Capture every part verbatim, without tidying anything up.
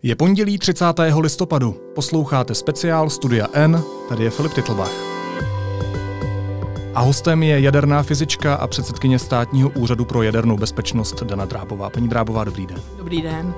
Je pondělí třicátého listopadu. Posloucháte speciál Studia N, tady je Filip Titlbach. A hostem je jaderná fyzička a předsedkyně Státního úřadu pro jadernou bezpečnost Dana Drábová. Paní Drábová, dobrý den. Dobrý den.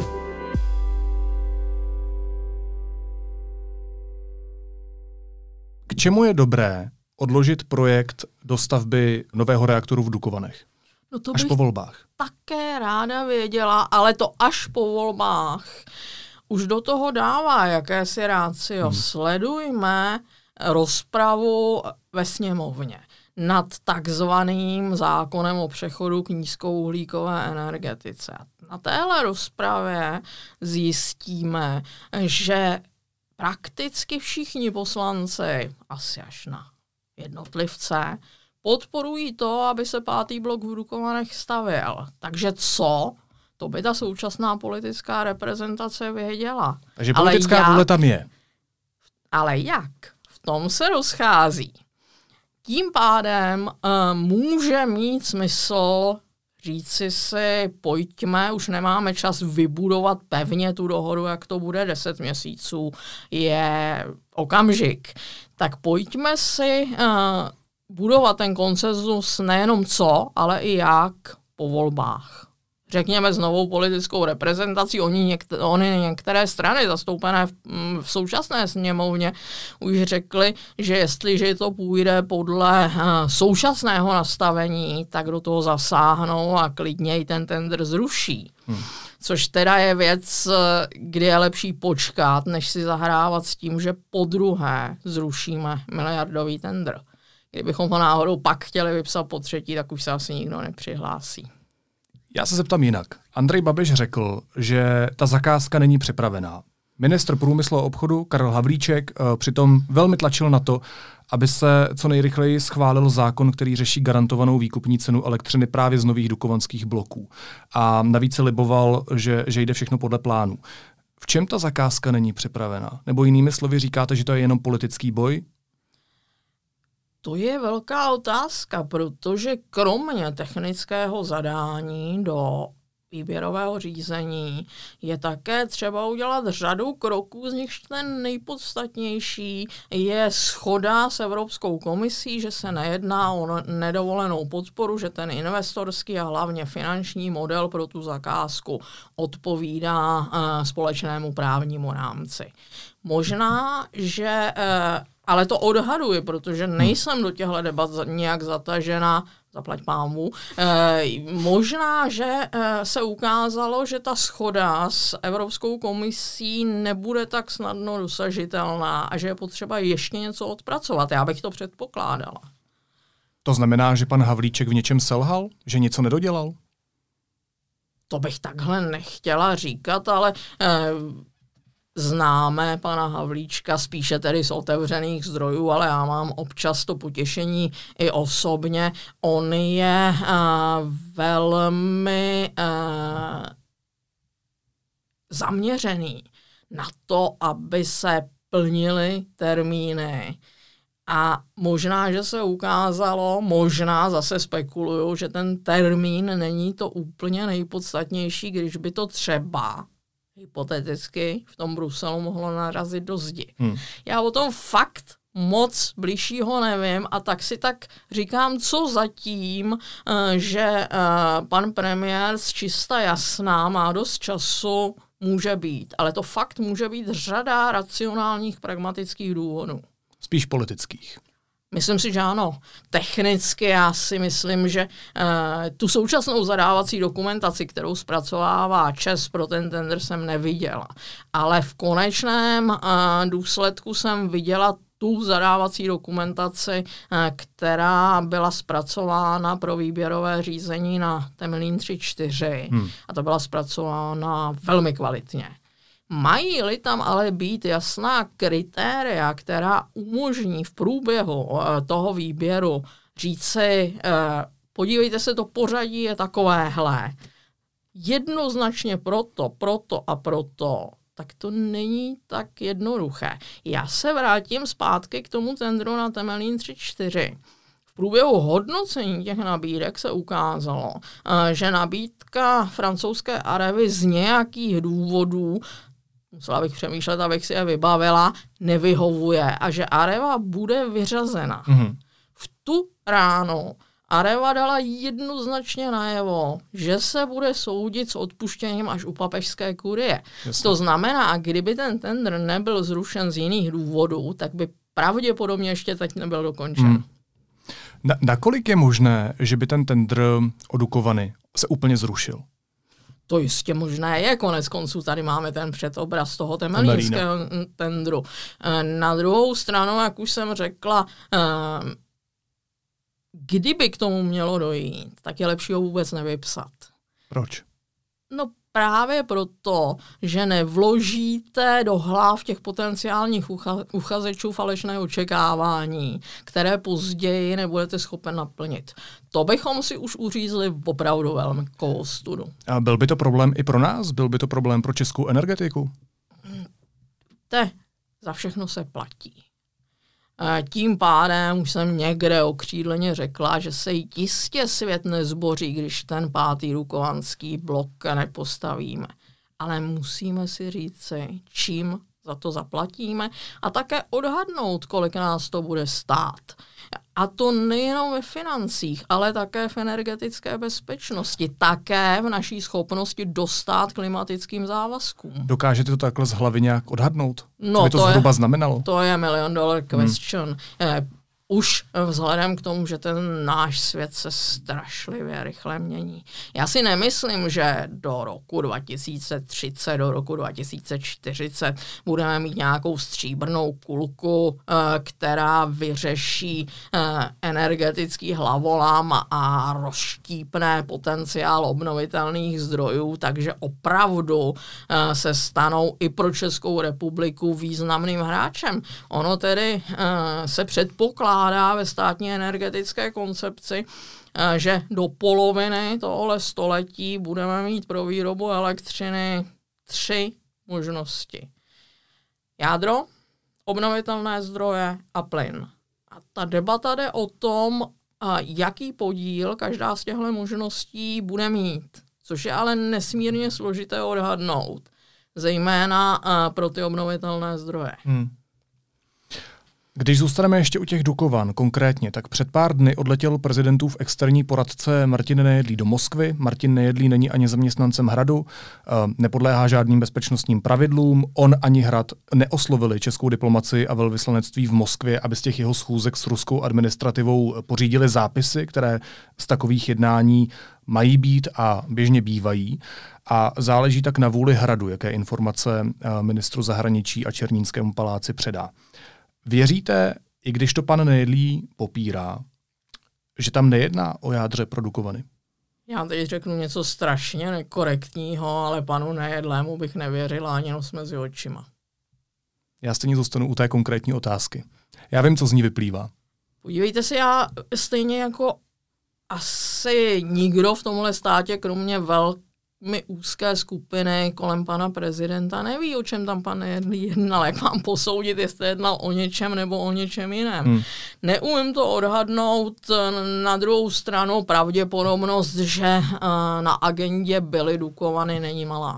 K čemu je dobré odložit projekt dostavby nového reaktoru v Dukovanech? No to až po volbách. Také ráda věděla, ale to až po volbách už do toho dává jakési rácio. Hmm. Sledujme rozpravu ve sněmovně nad takzvaným zákonem o přechodu k nízkouhlíkové energetice. Na téhle rozpravě zjistíme, že prakticky všichni poslanci, asi až na jednotlivce, podporují to, aby se pátý blok v Dukovanech stavěl. Takže co? To by ta současná politická reprezentace věděla. Takže politická jak, vůle tam je. Ale jak? V tom se rozchází. Tím pádem uh, může mít smysl říci si, pojďme, už nemáme čas vybudovat pevně tu dohodu, jak to bude, deset měsíců je okamžik. Tak pojďme si uh, budovat ten konsenzus nejenom co, ale i jak po volbách. Řekněme s novou politickou reprezentací, oni, některé, oni některé strany zastoupené v, v současné sněmovně už řekli, že jestliže to půjde podle uh, současného nastavení, tak do toho zasáhnou a klidně i ten tendr zruší. Hmm. Což teda je věc, kdy je lepší počkat, než si zahrávat s tím, že podruhé zrušíme miliardový tendr. Kdybychom ho náhodou pak chtěli vypsat po třetí, tak už se asi nikdo nepřihlásí. Já se zeptám jinak. Andrej Babiš řekl, že ta zakázka není připravená. Ministr průmyslu a obchodu Karel Havlíček uh, přitom velmi tlačil na to, aby se co nejrychleji schválil zákon, který řeší garantovanou výkupní cenu elektřiny právě z nových dukovanských bloků. A navíc se liboval, že, že jde všechno podle plánu. V čem ta zakázka není připravená? Nebo jinými slovy říkáte, že to je jenom politický boj? To je velká otázka, protože kromě technického zadání do výběrového řízení je také třeba udělat řadu kroků, z nichž ten nejpodstatnější je shoda s Evropskou komisí, že se nejedná o nedovolenou podporu, že ten investorský a hlavně finanční model pro tu zakázku odpovídá uh, společnému právnímu rámci. Možná, že uh, ale to odhaduji, protože nejsem do těchto debat nějak zatažena, zaplať pámu. E, možná, že e, se ukázalo, že ta shoda s Evropskou komisí nebude tak snadno dosažitelná a že je potřeba ještě něco odpracovat. Já bych to předpokládala. To znamená, že pan Havlíček v něčem selhal? Že něco nedodělal? To bych takhle nechtěla říkat, ale... E, Známe pana Havlíčka spíše tedy z otevřených zdrojů, ale já mám občas to potěšení i osobně. On je uh, velmi uh, zaměřený na to, aby se plnily termíny. A možná, že se ukázalo, možná zase spekuluju, že ten termín není to úplně nejpodstatnější, když by to třeba hypoteticky v tom Bruselu mohlo narazit do zdi. Hmm. Já o tom fakt moc bližšího nevím a tak si tak říkám, co zatím, že pan premiér z čista jasná má dost času, může být. Ale to fakt může být řada racionálních, pragmatických důvodů. Spíš politických. Myslím si, že ano. Technicky já si myslím, že uh, tu současnou zadávací dokumentaci, kterou zpracovává ČEZ pro ten tendr, jsem neviděla. Ale v konečném uh, důsledku jsem viděla tu zadávací dokumentaci, uh, která byla zpracována pro výběrové řízení na Temelín tři čtyři. Hmm. A to byla zpracována velmi kvalitně. Mají-li tam ale být jasná kritéria, která umožní v průběhu uh, toho výběru říci, uh, podívejte se, to pořadí je takovéhle, jednoznačně proto, proto a proto, tak to není tak jednoduché. Já se vrátím zpátky k tomu tendru na Temelín tři čtyři. V průběhu hodnocení těch nabídek se ukázalo, že nabídka francouzské Arevy z nějakých důvodů musela bych přemýšlet, abych si je vybavila, nevyhovuje a že Areva bude vyřazena. Mm-hmm. V tu ráno Areva dala jednoznačně najevo, že se bude soudit s odpuštěním až u papežské kurie. Jasně. To znamená, kdyby ten tendr nebyl zrušen z jiných důvodů, tak by pravděpodobně ještě teď nebyl dokončen. Hmm. Na, nakolik je možné, že by ten tendr o Dukovany se úplně zrušil? To jistě možné je, konec konců tady máme ten předobraz toho temelínského tendru. Na druhou stranu, jak už jsem řekla, kdyby k tomu mělo dojít, tak je lepší ho vůbec nevypsat. Proč? No právě proto, že nevložíte do hlav těch potenciálních ucha- uchazečů falešné očekávání, které později nebudete schopen naplnit. To bychom si už uřízli opravdu velkou ostudu. A byl by to problém i pro nás? Byl by to problém pro českou energetiku? Te, za všechno se platí. Tím pádem už jsem někde okřídleně řekla, že se jistě svět nezboří, když ten pátý dukovanský blok nepostavíme. Ale musíme si říci, čím za to zaplatíme a také odhadnout, kolik nás to bude stát. A to nejenom ve financích, ale také v energetické bezpečnosti, také v naší schopnosti dostát klimatickým závazkům. Dokážete to takhle z hlavy nějak odhadnout? No, Co by to, to zhruba je, znamenalo? To je million dollar question. Hmm. Eh, už vzhledem k tomu, že ten náš svět se strašlivě rychle mění. Já si nemyslím, že do roku dva tisíce třicet, do roku dva tisíce čtyřicet budeme mít nějakou stříbrnou kulku, která vyřeší energetický hlavolám a rozštípne potenciál obnovitelných zdrojů, takže opravdu se stanou i pro Českou republiku významným hráčem. Ono tedy se předpokládá ve státní energetické koncepci, že do poloviny tohle století budeme mít pro výrobu elektřiny tři možnosti. Jádro, obnovitelné zdroje a plyn. A ta debata jde o tom, jaký podíl každá z těchto možností bude mít, což je ale nesmírně složité odhadnout, zejména pro ty obnovitelné zdroje. Hmm. Když zůstaneme ještě u těch Dukovan konkrétně, tak před pár dny odletěl prezidentův externí poradce Martin Nejedlý do Moskvy. Martin Nejedlý není ani zaměstnancem Hradu, nepodléhá žádným bezpečnostním pravidlům. On ani Hrad neoslovili českou diplomacii a velvyslanectví v Moskvě, aby z těch jeho schůzek s ruskou administrativou pořídili zápisy, které z takových jednání mají být a běžně bývají. A záleží tak na vůli Hradu, jaké informace ministru zahraničí a Černínskému paláci předá. Věříte, i když to pan Nejedlý popírá, že tam nejedná o jádře pro Dukovany? Já teď řeknu něco strašně nekorektního, ale panu Nejedlému bych nevěřila ani nos mezi očima. Já stejně zůstanu u té konkrétní otázky. Já vím, co z ní vyplývá. Podívejte se, já stejně jako asi nikdo v tomhle státě, kromě velké úzké skupiny kolem pana prezidenta, neví, o čem tam pan Nejedlý jednal, jak mám posoudit, jestli jednal o něčem nebo o něčem jiném. Hmm. Neumím to odhadnout, na druhou stranu pravděpodobnost, že uh, na agendě byly Dukovany, není malá.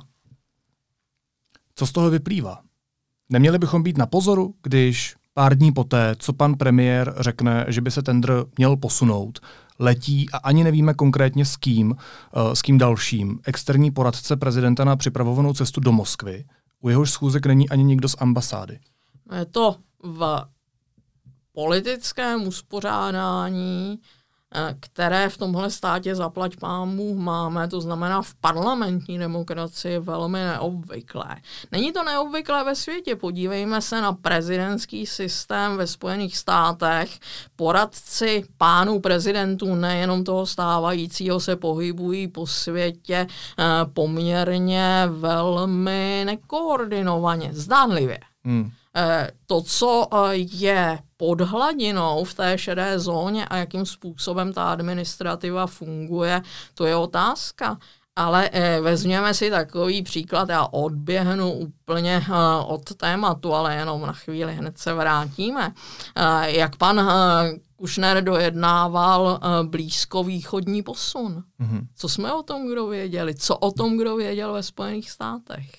Co z toho vyplývá? Neměli bychom být na pozoru, když pár dní poté, co pan premiér řekne, že by se tendr měl posunout, letí a ani nevíme konkrétně s kým, s kým dalším, externí poradce prezidenta na připravovanou cestu do Moskvy. U jehož schůzek není ani nikdo z ambasády. Je to v politickém uspořádání, které v tomhle státě zaplať pánbůh máme, to znamená v parlamentní demokracii velmi neobvyklé. Není to neobvyklé ve světě, podívejme se na prezidentský systém ve Spojených státech. Poradci pánů prezidentů, nejenom toho stávajícího, se pohybují po světě poměrně velmi nekoordinovaně, zdánlivě. Hmm. To, co je pod hladinou v té šedé zóně a jakým způsobem ta administrativa funguje, to je otázka. Ale eh, vezměme si takový příklad, já odběhnu úplně eh, od tématu, ale jenom na chvíli, hned se vrátíme. Eh, jak pan eh, Kušner dojednával eh, blízkovýchodní posun. Mm-hmm. Co jsme o tom kdo věděli? Co o tom kdo věděl ve Spojených státech?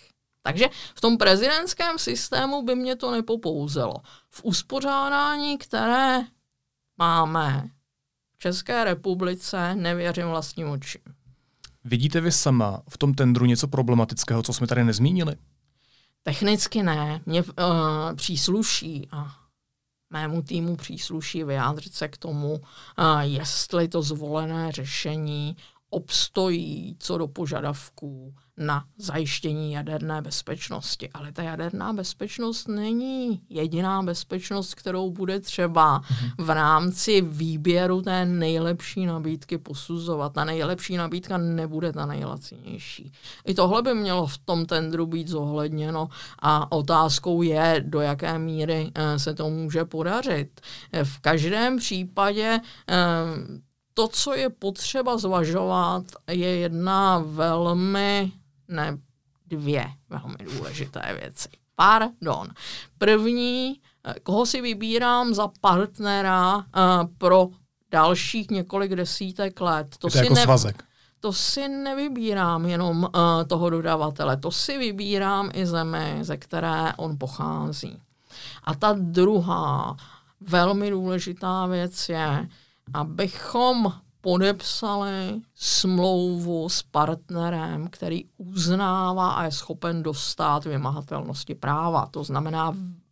Takže v tom prezidentském systému by mě to nepopouzelo. V uspořádání, které máme v České republice, nevěřím vlastním očím. Vidíte vy sama v tom tendru něco problematického, co jsme tady nezmínili? Technicky ne. Mně uh, přísluší a mému týmu přísluší vyjádřit se k tomu, uh, jestli to zvolené řešení obstojí co do požadavků na zajištění jaderné bezpečnosti. Ale ta jaderná bezpečnost není jediná bezpečnost, kterou bude třeba v rámci výběru té nejlepší nabídky posuzovat. Ta nejlepší nabídka nebude ta nejlacinější. I tohle by mělo v tom tendru být zohledněno a otázkou je, do jaké míry se to může podařit. V každém případě to, co je potřeba zvažovat, je jedna velmi, ne dvě velmi důležité věci. Pardon. První, koho si vybírám za partnera uh, pro dalších několik desítek let. To, to si jako ne- svazek. To si nevybírám jenom uh, toho dodavatele, to si vybírám i zemi, ze které on pochází. A ta druhá velmi důležitá věc je, abychom podepsali smlouvu s partnerem, který uznává a je schopen dostát vymahatelnosti práva. To znamená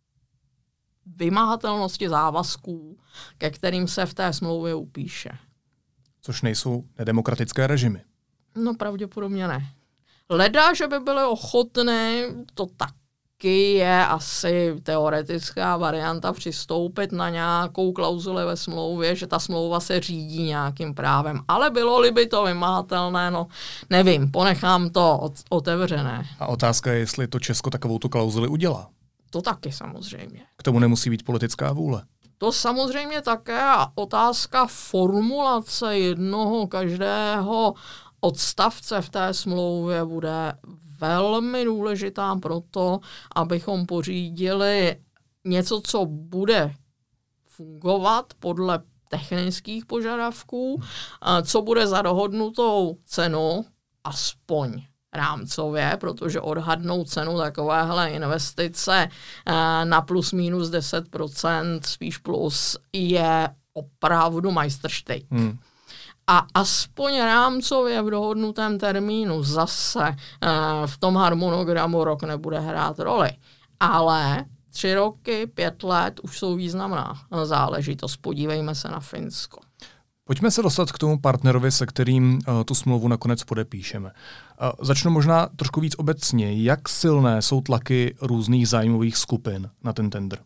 vymahatelnosti závazků, ke kterým se v té smlouvě upíše. Což nejsou nedemokratické režimy. No pravděpodobně ne. Leda, že by byly ochotné, to tak je asi teoretická varianta přistoupit na nějakou klauzuli ve smlouvě, že ta smlouva se řídí nějakým právem. Ale bylo-li by to vymahatelné, no nevím, ponechám to otevřené. A otázka je, jestli to Česko takovou tu klauzuli udělá. To taky samozřejmě. K tomu nemusí být politická vůle. To samozřejmě také a otázka formulace jednoho každého odstavce v té smlouvě bude velmi důležitá proto, abychom pořídili něco, co bude fungovat podle technických požadavků, co bude za dohodnutou cenu, aspoň rámcově, protože odhadnout cenu takovéhle investice na plus minus deset procent, spíš plus, je opravdu majstrštyk. Hmm. A aspoň rámcově v dohodnutém termínu zase e, v tom harmonogramu rok nebude hrát roli. Ale tři roky, pět let už jsou významná záležitost. Podívejme se na Finsko. Pojďme se dostat k tomu partnerovi, se kterým uh, tu smlouvu nakonec podepíšeme. Uh, začnu možná trošku víc obecně. Jak silné jsou tlaky různých zájmových skupin na ten tendr?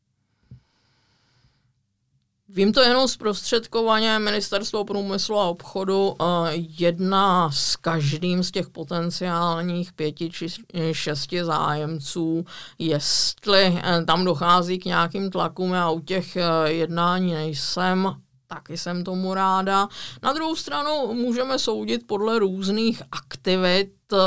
Vím to jenom zprostředkovaně. Ministerstvo průmyslu a obchodu uh, jedná s každým z těch potenciálních pěti či šesti zájemců, jestli uh, tam dochází k nějakým tlakům. Já u těch uh, jednání nejsem, taky jsem tomu ráda. Na druhou stranu můžeme soudit podle různých aktivit uh,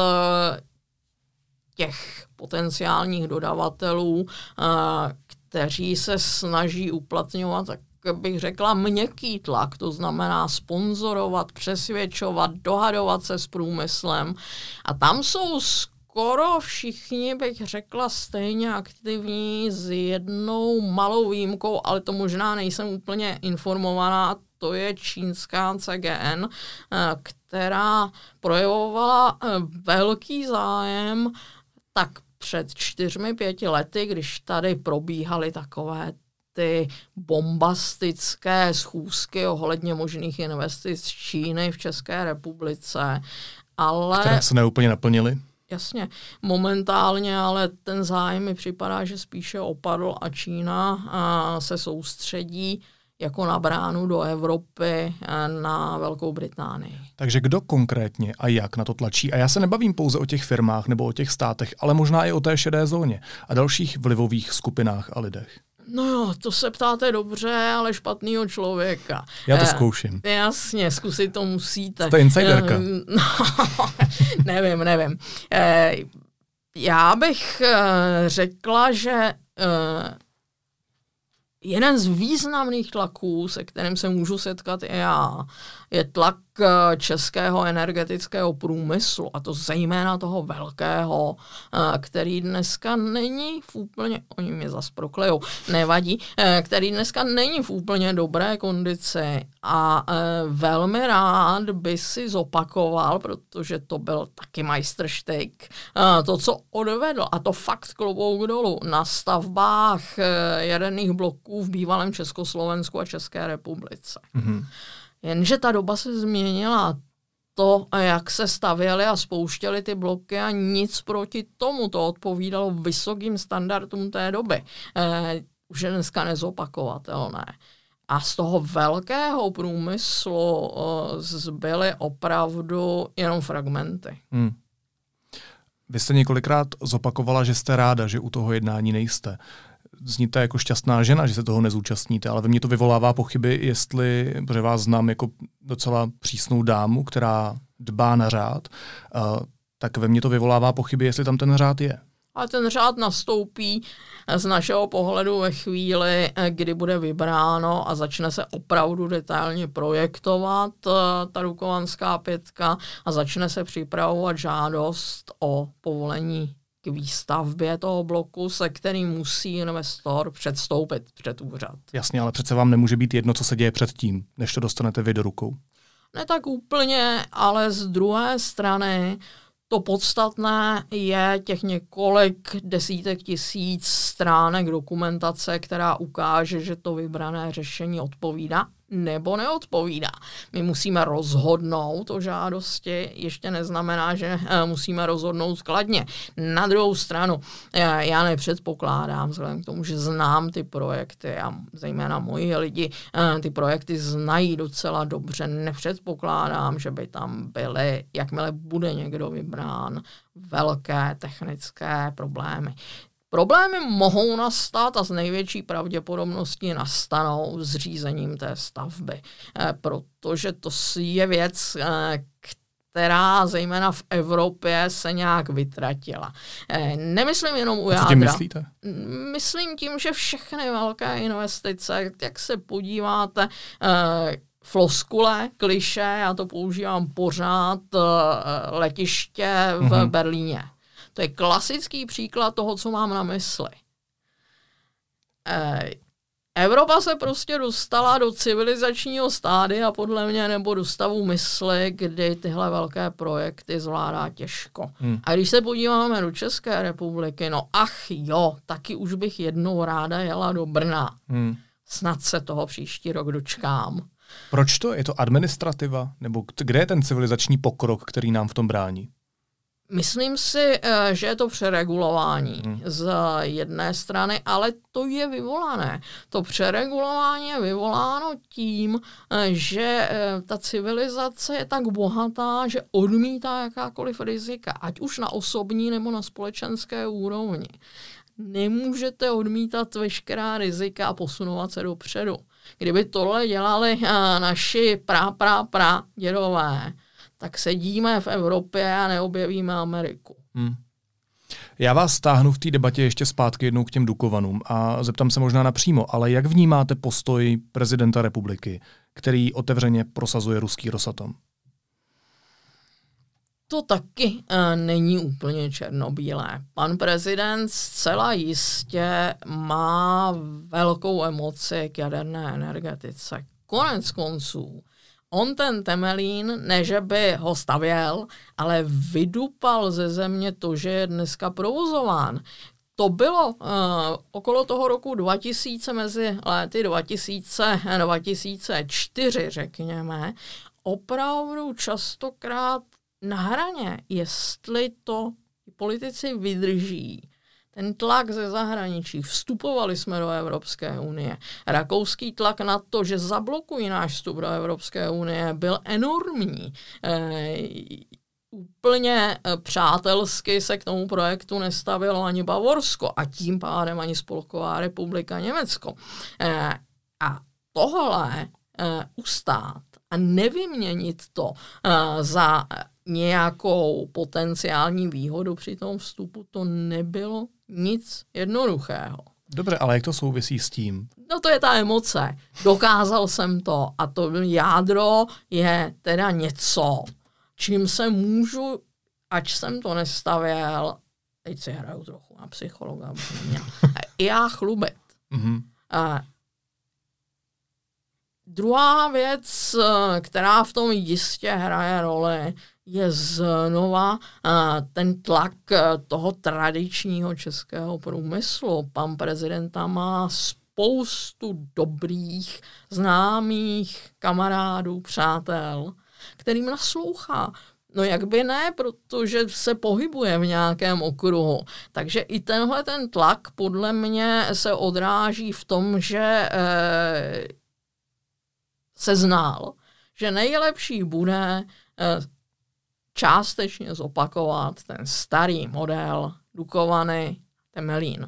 těch potenciálních dodavatelů, uh, kteří se snaží uplatňovat tak bych řekla, měkký tlak, to znamená sponzorovat, přesvědčovat, dohadovat se s průmyslem. A tam jsou skoro všichni, bych řekla, stejně aktivní s jednou malou výjimkou, ale to možná nejsem úplně informovaná, to je čínská C G N, která projevovala velký zájem tak před čtyřmi, pěti lety, když tady probíhaly takové ty bombastické schůzky ohledně možných investic z Číny v České republice. Ale které se neúplně naplnily? Jasně. Momentálně ale ten zájem mi připadá, že spíše opadl a Čína a, se soustředí jako na bránu do Evropy na Velkou Británii. Takže kdo konkrétně a jak na to tlačí? A já se nebavím pouze o těch firmách nebo o těch státech, ale možná i o té šedé zóně a dalších vlivových skupinách a lidech. No jo, to se ptáte dobře, ale špatnýho člověka. Já to zkouším. E, jasně, zkusit to musíte. Jste insiderka. E, no, nevím, nevím. E, já bych e, řekla, že e, jeden z významných tlaků, se kterým se můžu setkat i já, je tlak českého energetického průmyslu, a to zejména toho velkého, který dneska není v úplně, oni mě zas proklejou, nevadí, který dneska není v úplně dobré kondici a velmi rád by si zopakoval, protože to byl taky majstrštyk, to, co odvedl, a to fakt klobouk dolů, na stavbách jaderných bloků v bývalém Československu a České republice. Mm-hmm. Jenže ta doba se změnila. To, jak se stavěly a spouštěly ty bloky, a nic proti tomu, to odpovídalo vysokým standardům té doby. Eh, už je dneska nezopakovatelné. A z toho velkého průmyslu eh, zbyly opravdu jenom fragmenty. Hmm. Vy jste několikrát zopakovala, že jste ráda, že u toho jednání nejste. Zníte jako šťastná žena, že se toho nezúčastníte, ale ve mně to vyvolává pochyby, jestli, protože vás znám jako docela přísnou dámu, která dbá na řád, uh, tak ve mně to vyvolává pochyby, jestli tam ten řád je. A ten řád nastoupí z našeho pohledu ve chvíli, kdy bude vybráno a začne se opravdu detailně projektovat ta Dukovanská pětka a začne se připravovat žádost o povolení k výstavbě toho bloku, se kterým musí investor předstoupit před úřad. Jasně, ale přece vám nemůže být jedno, co se děje předtím, než to dostanete vy do rukou. Ne tak úplně, ale z druhé strany to podstatné je těch několik desítek tisíc stránek dokumentace, která ukáže, že to vybrané řešení odpovídá nebo neodpovídá. My musíme rozhodnout o žádosti, ještě neznamená, že musíme rozhodnout kladně. Na druhou stranu, já nepředpokládám, vzhledem k tomu, že znám ty projekty a zejména moji lidi ty projekty znají docela dobře, nepředpokládám, že by tam byly, jakmile bude někdo vybrán, velké technické problémy. Problémy mohou nastat a s největší pravděpodobností nastanou s řízením té stavby, eh, protože to je věc, eh, která zejména v Evropě se nějak vytratila. Eh, nemyslím jenom u jádra. Co tím myslíte? Myslím tím, že všechny velké investice, jak se podíváte, eh, floskule, klišé, já to používám pořád, eh, letiště v mm-hmm. Berlíně. To je klasický příklad toho, co mám na mysli. E, Evropa se prostě dostala do civilizačního stádia, podle mě, nebo do stavu mysli, kdy tyhle velké projekty zvládá těžko. Hmm. A když se podíváme do České republiky, no ach jo, taky už bych jednou ráda jela do Brna. Hmm. Snad se toho příští rok dočkám. Proč to? Je to administrativa? Nebo kde je ten civilizační pokrok, který nám v tom brání? Myslím si, že je to přeregulování hmm. z jedné strany, ale to je vyvolané. To přeregulování je vyvoláno tím, že ta civilizace je tak bohatá, že odmítá jakákoliv rizika, ať už na osobní nebo na společenské úrovni. Nemůžete odmítat veškerá rizika a posunovat se dopředu. Kdyby tohle dělali naši prá, prá, prá dědové, tak sedíme v Evropě a neobjevíme Ameriku. Hmm. Já vás stáhnu v té debatě ještě zpátky jednou k těm Dukovanům a zeptám se možná napřímo, ale jak vnímáte postoj prezidenta republiky, který otevřeně prosazuje ruský Rosatom? To taky uh, není úplně černobílé. Pan prezident zcela jistě má velkou emoci k jaderné energetice. Konec konců, on ten Temelín, ne že by ho stavěl, ale vydupal ze země to, že je dneska provozován. To bylo uh, okolo toho roku dva tisíce, mezi léty dva tisíce a dva tisíce čtyři, řekněme, opravdu častokrát na hraně, jestli to politici vydrží. Ten tlak ze zahraničí, vstupovali jsme do Evropské unie. Rakouský tlak na to, že zablokují náš vstup do Evropské unie, byl enormní. E, úplně přátelsky se k tomu projektu nestavilo ani Bavorsko a tím pádem ani Spolková republika Německo. E, a tohle e, ustát a nevyměnit to e, za nějakou potenciální výhodu při tom vstupu, to nebylo nic jednoduchého. Dobře, ale jak to souvisí s tím? No to je ta emoce. Dokázal jsem to a to jádro je teda něco, čím se můžu, ač jsem to nestavěl, teď si hraju trochu na psychologa, abych neměl, i já chlubit. Mm-hmm. Uh, druhá věc, která v tom jistě hraje roli, je znova uh, ten tlak toho tradičního českého průmyslu. Pan prezident má spoustu dobrých, známých kamarádů, přátel, kterým naslouchá. No jak by ne, protože se pohybuje v nějakém okruhu. Takže i tenhle ten tlak podle mě se odráží v tom, že eh, se znal, že nejlepší bude eh, částečně zopakovat ten starý model Dukovany Temelín.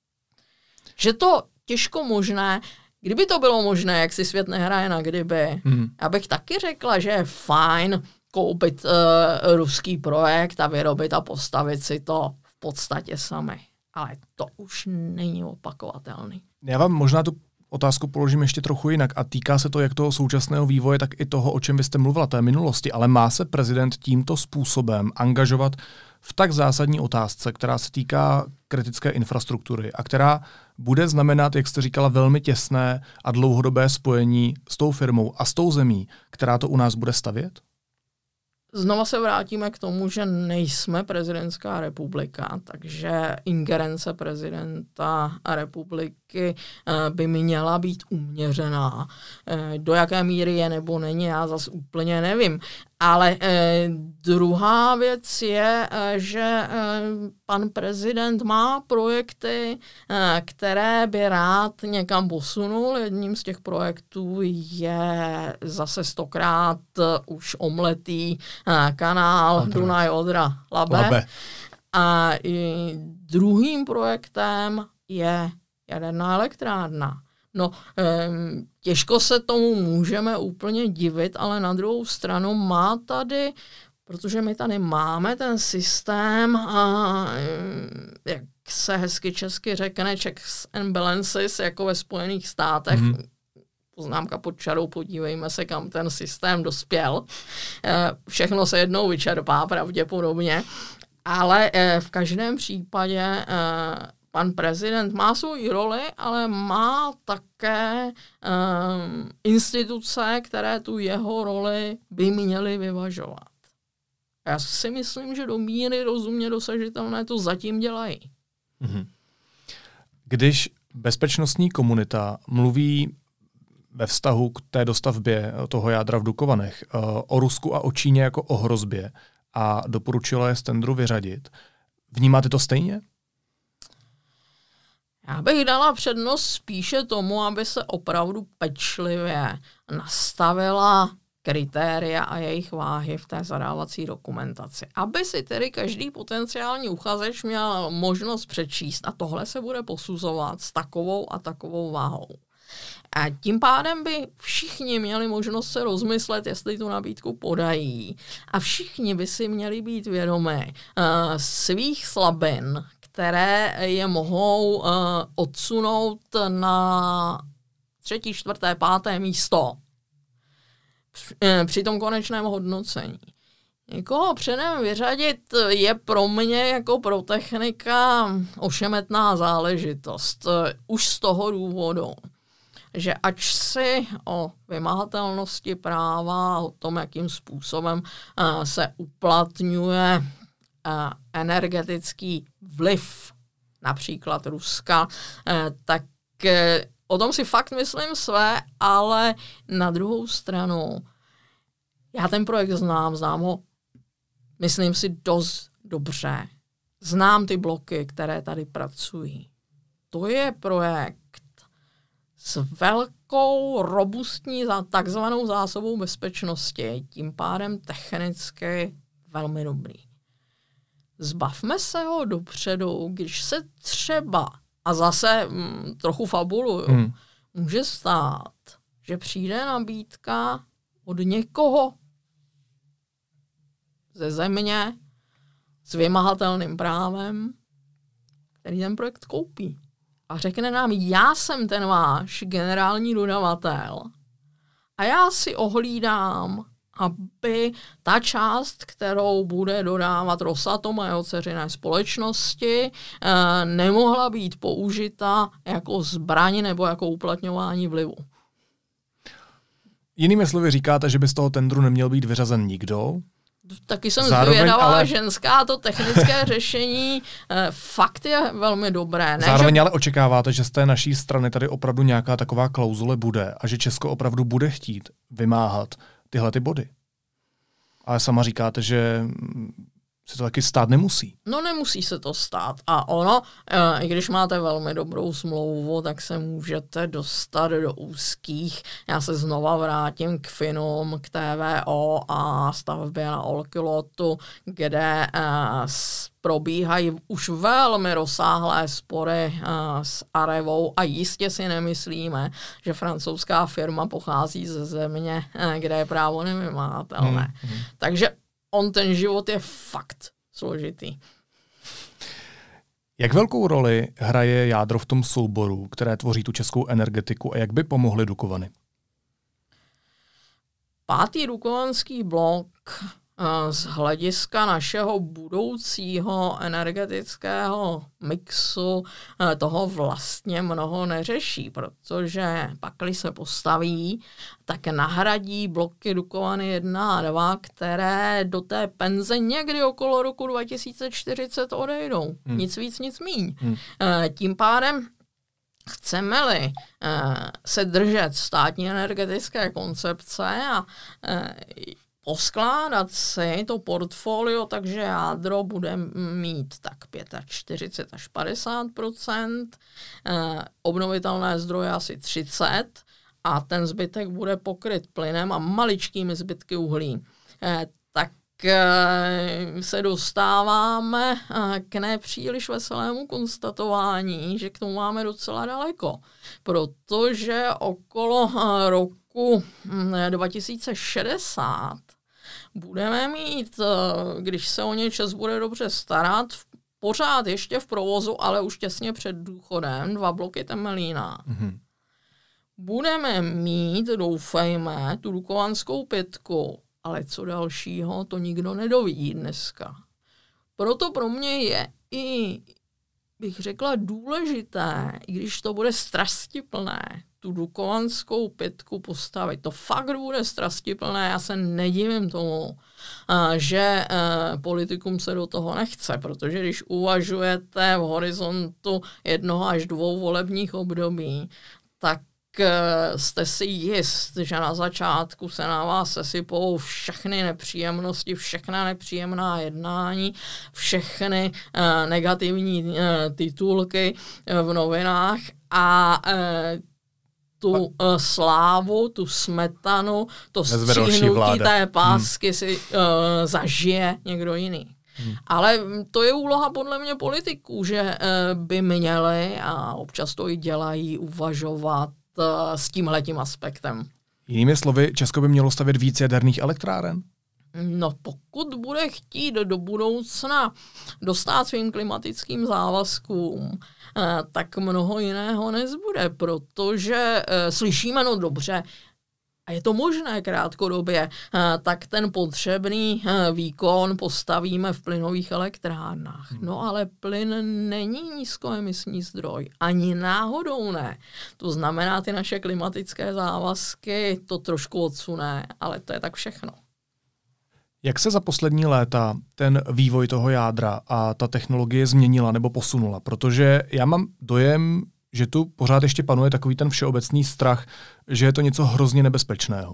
Že to těžko možné, kdyby to bylo možné, jak si svět nehraje na kdyby, hmm. já bych taky řekla, že je fajn koupit uh, ruský projekt a vyrobit a postavit si to v podstatě sami. Ale to už není opakovatelný. Já vám možná tu otázku položím ještě trochu jinak a týká se to jak toho současného vývoje, tak i toho, o čem vy jste mluvila, té minulosti. Ale má se prezident tímto způsobem angažovat v tak zásadní otázce, která se týká kritické infrastruktury a která bude znamenat, jak jste říkala, velmi těsné a dlouhodobé spojení s tou firmou a s tou zemí, která to u nás bude stavět? Znova se vrátíme k tomu, že nejsme prezidentská republika, takže ingerence prezidenta republiky by měla být uměřená. Do jaké míry je nebo není, já zase úplně nevím. Ale eh, druhá věc je, eh, že eh, pan prezident má projekty, eh, které by rád někam posunul. Jedním z těch projektů je zase stokrát uh, už omletý eh, kanál Dunaj-Odra-Labe. Labe. A i druhým projektem je jaderná elektrárna. No, um, těžko se tomu můžeme úplně divit, ale na druhou stranu má tady, protože my tady máme ten systém, a, jak se hezky česky řekne, checks and balances, jako ve Spojených státech, mm-hmm. poznámka pod čarou, podívejme se, kam ten systém dospěl. Všechno se jednou vyčerpá pravděpodobně, ale v každém případě pan prezident má svou roli, ale má také um, instituce, které tu jeho roli by měly vyvažovat. Já si myslím, že do míry rozumně dosažitelné to zatím dělají. Mm-hmm. Když bezpečnostní komunita mluví ve vztahu k té dostavbě toho jádra v Dukovanech uh, o Rusku a o Číně jako o hrozbě a doporučila je z tendru vyřadit, vnímáte to stejně? Já bych dala přednost spíše tomu, aby se opravdu pečlivě nastavila kritéria a jejich váhy v té zadávací dokumentaci. Aby si tedy každý potenciální uchazeč měl možnost přečíst a tohle se bude posuzovat s takovou a takovou váhou. A tím pádem by všichni měli možnost se rozmyslet, jestli tu nabídku podají. A všichni by si měli být vědomi uh, svých slabin, které je mohou uh, odsunout na třetí, čtvrté, páté místo při, uh, při tom konečném hodnocení. Někoho předem vyřadit je pro mě jako pro technika ošemetná záležitost. Uh, už z toho důvodu, že ač si o vymahatelnosti práva, o tom, jakým způsobem uh, se uplatňuje Uh, energetický vliv například Ruska, uh, tak uh, o tom si fakt myslím své, ale na druhou stranu já ten projekt znám, znám ho, myslím si dost dobře. Znám ty bloky, které tady pracují. To je projekt s velkou robustní takzvanou zásobou bezpečnosti, tím pádem technicky velmi dobrý. Zbavme se ho dopředu, když se třeba, a zase m, trochu fabuluju, hmm. může stát, že přijde nabídka od někoho ze země s vymahatelným právem, který ten projekt koupí. a řekne nám, já jsem ten váš generální dodavatel a já si ohlídám, aby ta část, kterou bude dodávat Rosatom a jeho dceřiné společnosti, nemohla být použita jako zbraň nebo jako uplatňování vlivu. Jinými slovy říkáte, že by z toho tendru neměl být vyřazen nikdo? Taky jsem zvědavá, ale... ženská to technické řešení eh, fakt je velmi dobré. Ne, Zároveň že... ale očekáváte, že z té naší strany tady opravdu nějaká taková klauzule bude a že Česko opravdu bude chtít vymáhat tyhle ty body. Ale sama říkáte, že se to taky stát nemusí. No nemusí se to stát. A ono, i když máte velmi dobrou smlouvu, tak se můžete dostat do úzkých. Já se znova vrátím k Finům, k T V O a stavbě na Olkiluotu, kde probíhají už velmi rozsáhlé spory s Arevou a jistě si nemyslíme, že francouzská firma pochází ze země, kde je právo nevymáhatelné. Hmm. Takže on ten život je fakt složitý. Jak velkou roli hraje jádro v tom souboru, které tvoří tu českou energetiku a jak by pomohly Dukovany? Pátý dukovanský blok z hlediska našeho budoucího energetického mixu toho vlastně mnoho neřeší, protože pakli se postaví, tak nahradí bloky Dukovany jedna a dva, které do té penze někdy okolo roku dva tisíce čtyřicet odejdou. Hmm. Nic víc, nic míň. Hmm. Tím pádem chceme-li se držet státní energetické koncepce a poskládat si to portfolio, takže jádro bude mít tak čtyřicet pět až padesát procent, eh, obnovitelné zdroje asi třicet a ten zbytek bude pokryt plynem a maličkými zbytky uhlí. Eh, tak eh, se dostáváme eh, k nepříliš veselému konstatování, že k tomu máme docela daleko, protože okolo eh, roku dva tisíce šedesát budeme mít, když se o ně ČEZ bude dobře starat, pořád ještě v provozu, ale už těsně před důchodem, dva bloky Temelína. Mm-hmm. Budeme mít, doufejme, tu Dukovanskou pětku, ale co dalšího, to nikdo nedoví dneska. Proto pro mě je i, bych řekla, důležité, i když to bude strastiplné, tu Dukovanskou pětku postavit. To fakt bude strastiplné, já se nedivím tomu, že politikum se do toho nechce, protože když uvažujete v horizontu jednoho až dvou volebních období, tak jste si jist, že na začátku se na vás sesypou všechny nepříjemnosti, všechna nepříjemná jednání, všechny negativní titulky v novinách a tu uh, slávu, tu smetanu, to stříhnutí té pásky hmm. si uh, zažije někdo jiný. Hmm. Ale to je úloha podle mě politiků, že uh, by měli, a občas to i dělají, uvažovat uh, s tímhletím aspektem. Jinými slovy, Česko by mělo stavět víc jaderných elektráren? No pokud bude chtít do budoucna dostat svým klimatickým závazkům, tak mnoho jiného nezbude, protože slyšíme, no dobře, a je to možné krátkodobě, tak ten potřebný výkon postavíme v plynových elektrárnách. No ale plyn není nízkoemisní zdroj, ani náhodou ne. To znamená, ty naše klimatické závazky to trošku odsune, ale to je tak všechno. Jak se za poslední léta ten vývoj toho jádra a ta technologie změnila nebo posunula? Protože já mám dojem, že tu pořád ještě panuje takový ten všeobecný strach, že je to něco hrozně nebezpečného.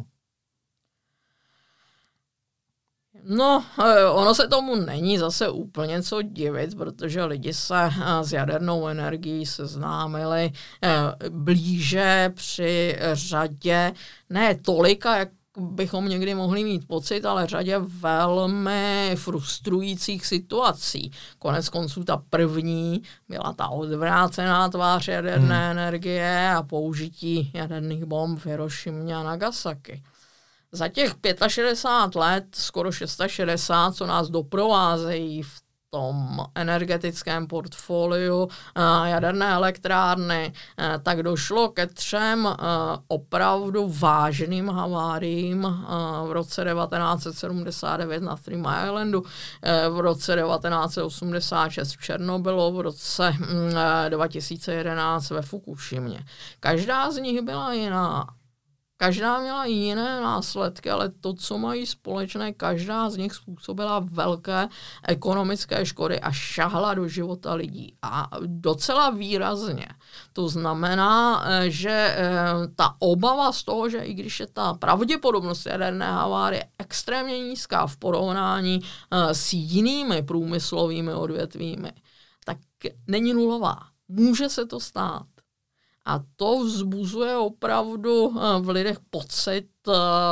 No, ono se tomu není zase úplně co divit, protože lidi se s jadernou energií seznámili blíže při řadě, ne tolika, jak bychom někdy mohli mít pocit, ale řadě velmi frustrujících situací. Konec konců ta první byla ta odvrácená tvář jaderné hmm. energie a použití jaderných bomb v Hirošimě a Nagasaki. Za těch šedesát pět let, skoro šedesát šest, co nás doprovázejí v tom energetickém portfoliu jaderné elektrárny, tak došlo ke třem opravdu vážným haváriím v roce devatenáct set sedmdesát devět na Three Mile Islandu, v roce devatenáct set osmdesát šest v Černobylu, v roce dva tisíce jedenáct ve Fukushimě. Každá z nich byla jiná. Každá měla jiné následky, ale to, co mají společné, každá z nich způsobila velké ekonomické škody a šahla do života lidí. A docela výrazně. To znamená, že ta obava z toho, že i když je ta pravděpodobnost jaderné havárie extrémně nízká v porovnání s jinými průmyslovými odvětvími, tak není nulová. Může se to stát. A to vzbuzuje opravdu v lidech pocit um,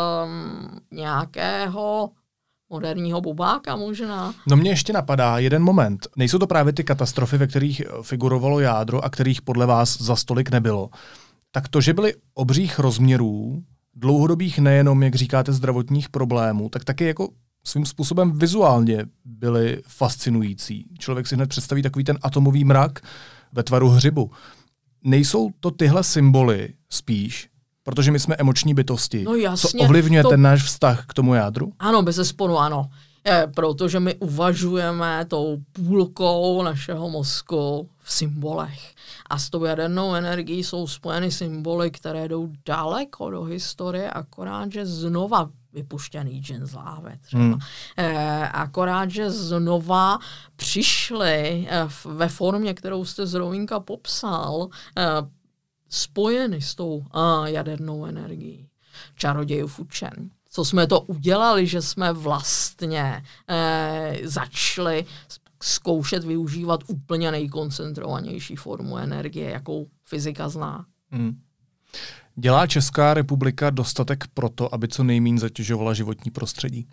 nějakého moderního bubáka možná. No mě ještě napadá jeden moment. Nejsou to právě ty katastrofy, ve kterých figurovalo jádro a kterých podle vás za stolik nebylo. Tak to, že byly obřích rozměrů, dlouhodobých nejenom, jak říkáte, zdravotních problémů, tak taky jako svým způsobem vizuálně byly fascinující. Člověk si hned představí takový ten atomový mrak ve tvaru hřibu. Nejsou to tyhle symboly spíš, protože my jsme emoční bytosti, no jasně, co ovlivňuje to... ten náš vztah k tomu jádru? Ano, bezesporu ano. Je, protože my uvažujeme tou půlkou našeho mozku v symbolech. A s tou jadernou energií jsou spojeny symboly, které jdou daleko do historie, akorát, že znova vypuštěný džin z láhve třeba. Hmm. E, akorát, že znova přišly e, ve formě, kterou jste z Rovinka popsal, e, spojeny s tou e, jadernou energií. Čarodějův učen. Co jsme to udělali, že jsme vlastně e, začali zkoušet využívat úplně nejkoncentrovanější formu energie, jakou fyzika zná. Hmm. Dělá Česká republika dostatek proto, aby co nejméně zatěžovala životní prostředí?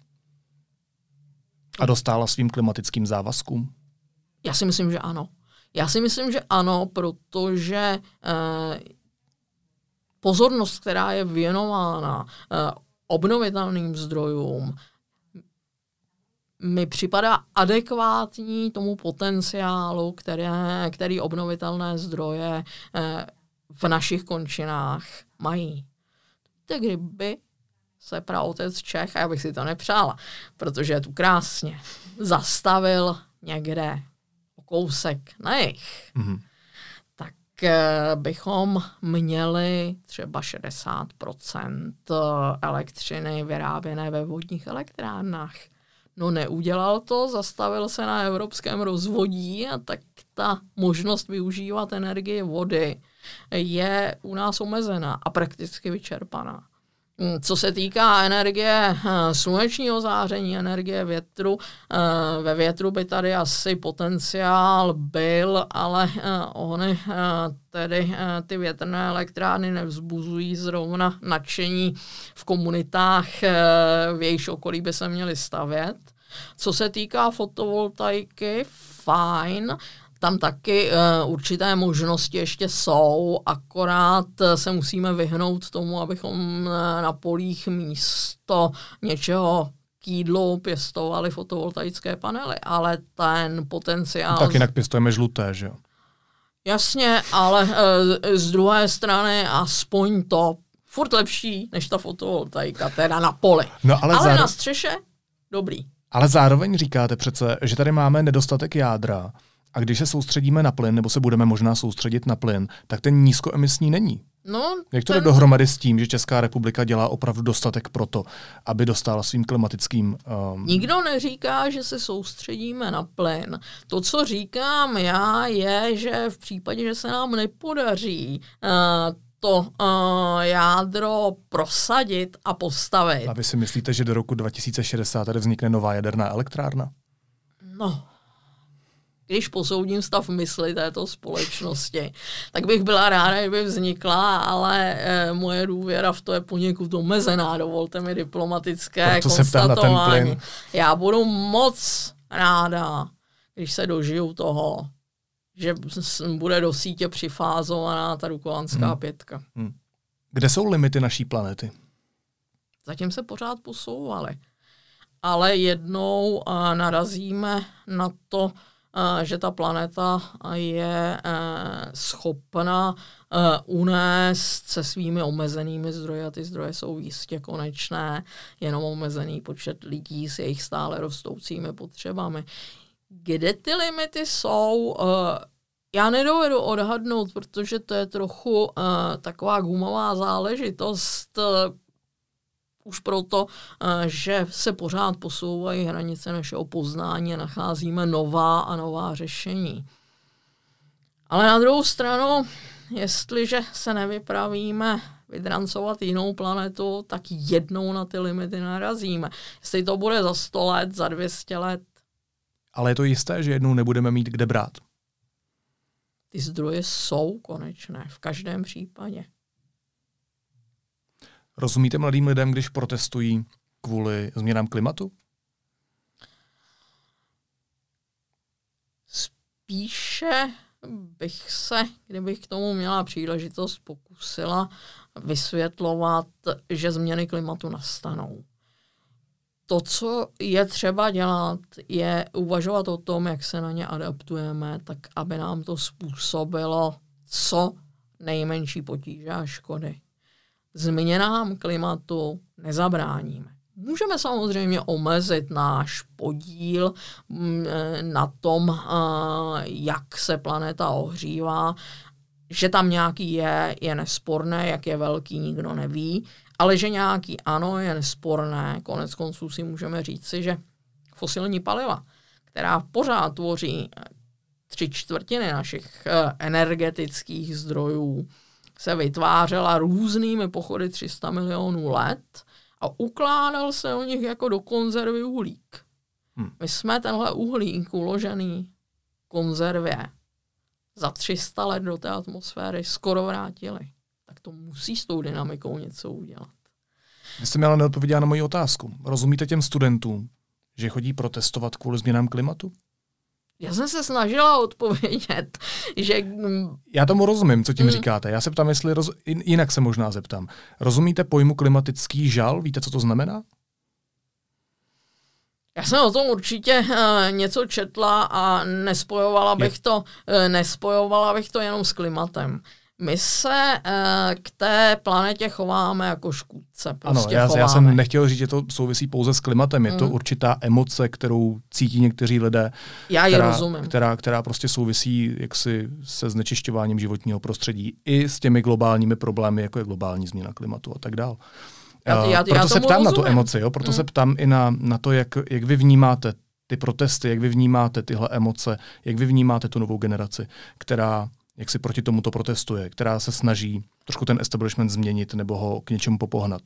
A dostála svým klimatickým závazkům? Já si myslím, že ano. Já si myslím, že ano, protože eh, pozornost, která je věnována eh, obnovitelným zdrojům, mi připadá adekvátní tomu potenciálu, které, který obnovitelné zdroje eh, v našich končinách mají. Tak kdyby se praotec Čech, a já bych si to nepřála, protože je tu krásně, zastavil někde o kousek na jih, mm-hmm. tak bychom měli třeba šedesát procent elektřiny vyráběné ve vodních elektrárnách. No neudělal to, zastavil se na evropském rozvodí a tak ta možnost využívat energie vody je u nás omezená a prakticky vyčerpaná. Co se týká energie slunečního záření, energie větru, ve větru by tady asi potenciál byl, ale ony tedy ty větrné elektrárny nevzbuzují zrovna nadšení v komunitách, v jejichž okolí by se měly stavět. Co se týká fotovoltaiky, fajn, tam taky uh, určité možnosti ještě jsou, akorát se musíme vyhnout tomu, abychom na polích místo něčeho k jídlu pěstovali fotovoltaické panely, ale ten potenciál... Tak jinak pěstujeme žluté, že jo? Jasně, ale uh, z druhé strany aspoň to furt lepší než ta fotovoltaika, teda na poli. No, ale ale zároveň... na střeše dobrý. Ale zároveň říkáte přece, že tady máme nedostatek jádra a když se soustředíme na plyn, nebo se budeme možná soustředit na plyn, tak ten nízkoemisní není. No, Jak to jde dohromady s tím, že Česká republika dělá opravdu dostatek proto, aby dostala svým klimatickým... Um... Nikdo neříká, že se soustředíme na plyn. To, co říkám já, je, že v případě, že se nám nepodaří uh, to uh, jádro prosadit a postavit. A vy si myslíte, že do roku dva tisíce šedesát tady vznikne nová jaderná elektrárna? No, když posoudím stav mysli této společnosti, tak bych byla ráda, kdyby vznikla, ale eh, moje důvěra v to je poněkud omezená. Dovolte mi diplomatické Proto konstatování. Já budu moc ráda, když se dožiju toho, že bude do sítě přifázovaná ta Dukovanská hmm. pětka. Hmm. Kde jsou limity naší planety? Zatím se pořád posouvaly. ale jednou uh, narazíme na to, uh, že ta planeta je uh, schopna uh, unést se svými omezenými zdroji, a ty zdroje jsou jistě konečné, jenom omezený počet lidí s jejich stále rostoucími potřebami. Kde ty limity jsou, uh, já nedovedu odhadnout, protože to je trochu uh, taková gumová záležitost, uh, už proto, uh, že se pořád posouvají hranice našeho poznání a nacházíme nová a nová řešení. Ale na druhou stranu, jestliže se nevypravíme vydrancovat jinou planetu, tak jednou na ty limity narazíme. Jestli to bude za sto let, za dvě stě let. Ale je to jisté, že jednou nebudeme mít kde brát? Ty zdroje jsou konečné v každém případě. Rozumíte mladým lidem, když protestují kvůli změnám klimatu? Spíše bych se, kdybych k tomu měla příležitost, pokusila vysvětlovat, že změny klimatu nastanou. To, co je třeba dělat, je uvažovat o tom, jak se na ně adaptujeme, tak aby nám to způsobilo co nejmenší potíže a škody. Změnám klimatu nezabráníme. Můžeme samozřejmě omezit náš podíl na tom, jak se planeta ohřívá. Že tam nějaký je, je nesporné, jak je velký, nikdo neví, ale že nějaký ano, je nesporné. Konec konců si můžeme říci, že fosilní paliva, která pořád tvoří tři čtvrtiny našich energetických zdrojů, se vytvářela různými pochody tři sta milionů let a ukládal se o nich jako do konzervy uhlík. Hmm. My jsme tenhle uhlík uložený v konzervě za tři sta let do té atmosféry skoro vrátili. Tak to musí s tou dynamikou něco udělat. Vy jste mi ale neodpověděla na moji otázku. Rozumíte těm studentům, že chodí protestovat kvůli změnám klimatu? Já jsem se snažila odpovědět, že... Já tomu rozumím, co tím mm. říkáte. Já se ptám, jestli roz... jinak se možná zeptám. Rozumíte pojmu klimatický žal? Víte, co to znamená? Já jsem o tom určitě uh, něco četla a nespojovala bych, to, uh, nespojovala bych to jenom s klimatem. My se uh, k té planetě chováme jako škůdce. Prostě ano, já, já jsem nechtěl říct, že to souvisí pouze s klimatem. Je mm. to určitá emoce, kterou cítí někteří lidé, já ji která, rozumím. Která, která prostě souvisí jaksi se znečišťováním životního prostředí i s těmi globálními problémy, jako je globální změna klimatu a tak dále. Já, já, proto já se ptám rozumím. na tu emoci, jo? proto mm. se ptám i na, na to, jak, jak vy vnímáte ty protesty, jak vy vnímáte tyhle emoce, jak vy vnímáte tu novou generaci, která jak si proti tomuto protestuje, která se snaží trošku ten establishment změnit nebo ho k něčemu popohnat.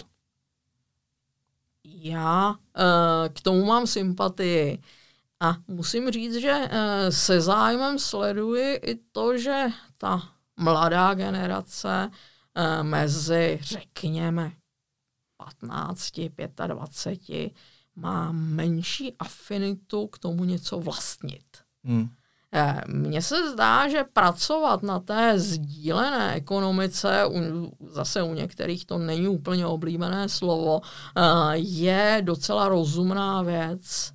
Já uh, k tomu mám sympatii a musím říct, že uh, se zájmem sleduji i to, že ta mladá generace uh, mezi, řekněme, patnácti, dvaceti pěti má menší afinitu k tomu něco vlastnit. Hmm. Mně se zdá, že pracovat na té sdílené ekonomice, zase u některých to není úplně oblíbené slovo, je docela rozumná věc.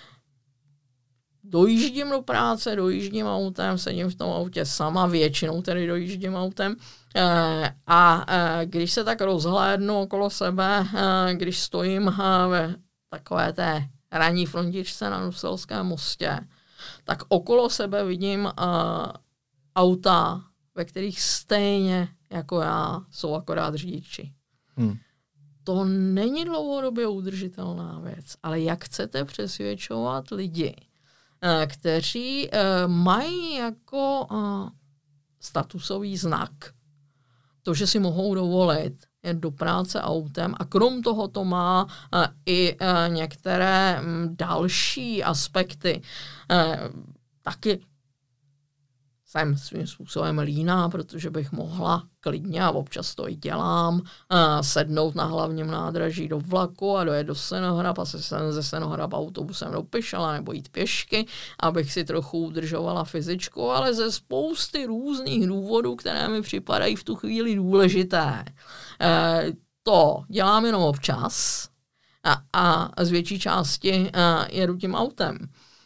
Dojíždím do práce, dojíždím autem, sedím v tom autě sama, většinou tedy dojíždím autem. A když se tak rozhlédnu okolo sebe, když stojím ve takové té ranní frontičce na Nuselském mostě, tak okolo sebe vidím uh, auta, ve kterých stejně jako já jsou akorát řidiči. Hmm. To není dlouhodobě udržitelná věc, ale jak chcete přesvědčovat lidi, uh, kteří uh, mají jako uh, statusový znak to, že si mohou dovolit jet do práce autem a krom toho to má uh, i uh, některé um, další aspekty. Uh, taky jsem svým způsobem líná, protože bych mohla klidně, a občas to i dělám, uh, sednout na hlavním nádraží do vlaku a dojet do Senohrab a se ze Senohrab autobusem do Pišala nebo jít pěšky, abych si trochu udržovala fyzičku, ale ze spousty různých důvodů, které mi připadají v tu chvíli důležité. Uh, to dělám jenom občas a, a z větší části a, jedu tím autem.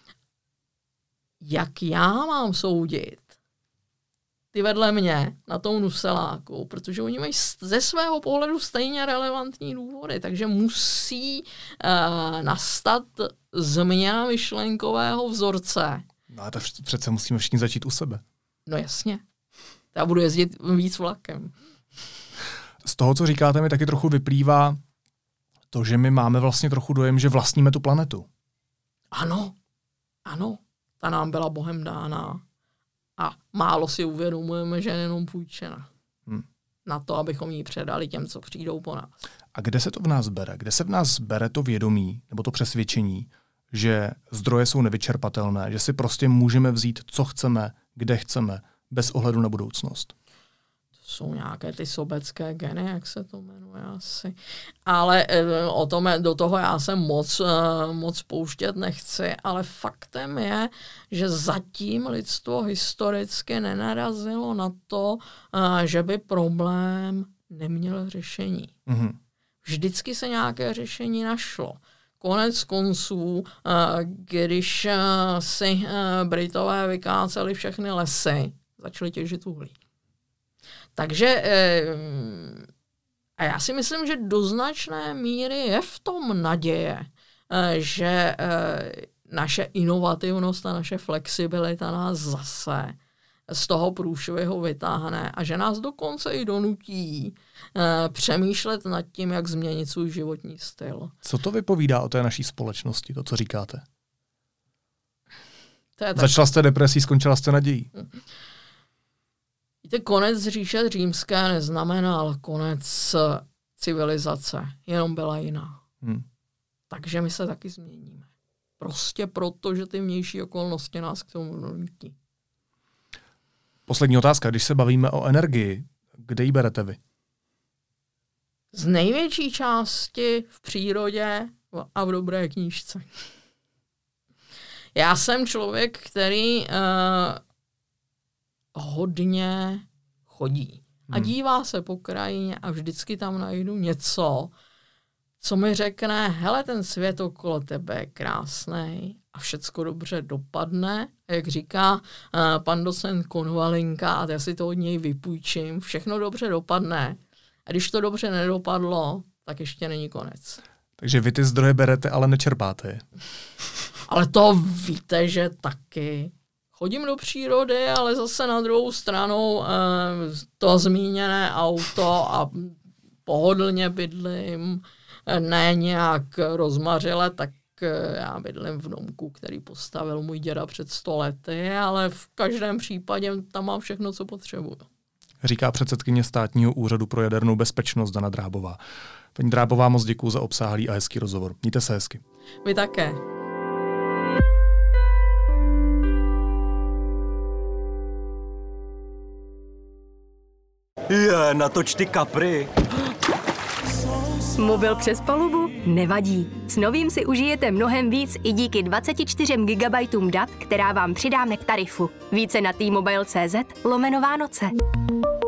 Jak já mám soudit ty vedle mě na tom Nuseláku, protože oni mají ze svého pohledu stejně relevantní důvody, takže musí uh, nastat změna myšlenkového vzorce. No a to přece musíme všichni začít u sebe. No jasně. Já budu jezdit víc vlakem. Z toho, co říkáte, mi taky trochu vyplývá to, že my máme vlastně trochu dojem, že vlastníme tu planetu. Ano, ano, ta nám byla Bohem dána. A málo si uvědomujeme, že je jenom půjčena. Hmm. Na to, abychom ji předali těm, co přijdou po nás. A kde se to v nás bere? Kde se v nás bere to vědomí nebo to přesvědčení, že zdroje jsou nevyčerpatelné, že si prostě můžeme vzít, co chceme, kde chceme, bez ohledu na budoucnost? To jsou nějaké ty sobecké geny, jak se to jmenuje asi. Ale o tom, do toho já se moc, moc pouštět nechci, ale faktem je, že zatím lidstvo historicky nenarazilo na to, že by problém neměl řešení. Mm-hmm. Vždycky se nějaké řešení našlo. Konec konců, když si Britové vykáceli všechny lesy, začali těžit uhlí. Takže a já si myslím, že do značné míry je v tom naděje, že naše inovativnost a naše flexibilita nás zase z toho průšvihu vytáhne a že nás dokonce i donutí přemýšlet nad tím, jak změnit svůj životní styl. Co to vypovídá o té naší společnosti, to, co říkáte? To je tak. Začala jste depresí, skončila jste nadějí. Víte, konec říše římské neznamenal konec civilizace, jenom byla jiná. Hmm. Takže my se taky změníme. Prostě proto, že ty vnější okolnosti nás k tomu donutí. Poslední otázka. Když se bavíme o energii, kde ji berete vy? Z největší části v přírodě a v dobré knížce. Já jsem člověk, který uh, hodně chodí. A hmm. dívá se po krajině a vždycky tam najdu něco, co mi řekne, hele, ten svět okolo tebe je krásný a všecko dobře dopadne. Jak říká uh, pan docent Konvalinka, a já si to od něj vypůjčím, všechno dobře dopadne. A když to dobře nedopadlo, tak ještě není konec. Takže vy ty zdroje berete, ale nečerpáte je. Ale to víte, že taky. Chodím do přírody, ale zase na druhou stranu eh, to zmíněné auto a pohodlně bydlím, ne nějak rozmařile, tak eh, já bydlím v domku, který postavil můj děda před sto lety, ale v každém případě tam mám všechno, co potřebuju. Říká předsedkyně Státního úřadu pro jadernou bezpečnost Dana Drábová. Paní Drábová, moc děkuju za obsáhlý a hezký rozhovor. Mějte se hezky. Vy také. Je, natoč ty kapry. Mobil přes palubu? Nevadí. S novým si užijete mnohem víc i díky dvaceti čtyřem gigabajtům dat, která vám přidáme k tarifu. Více na t mobile tečka cz lomeno Vánoce.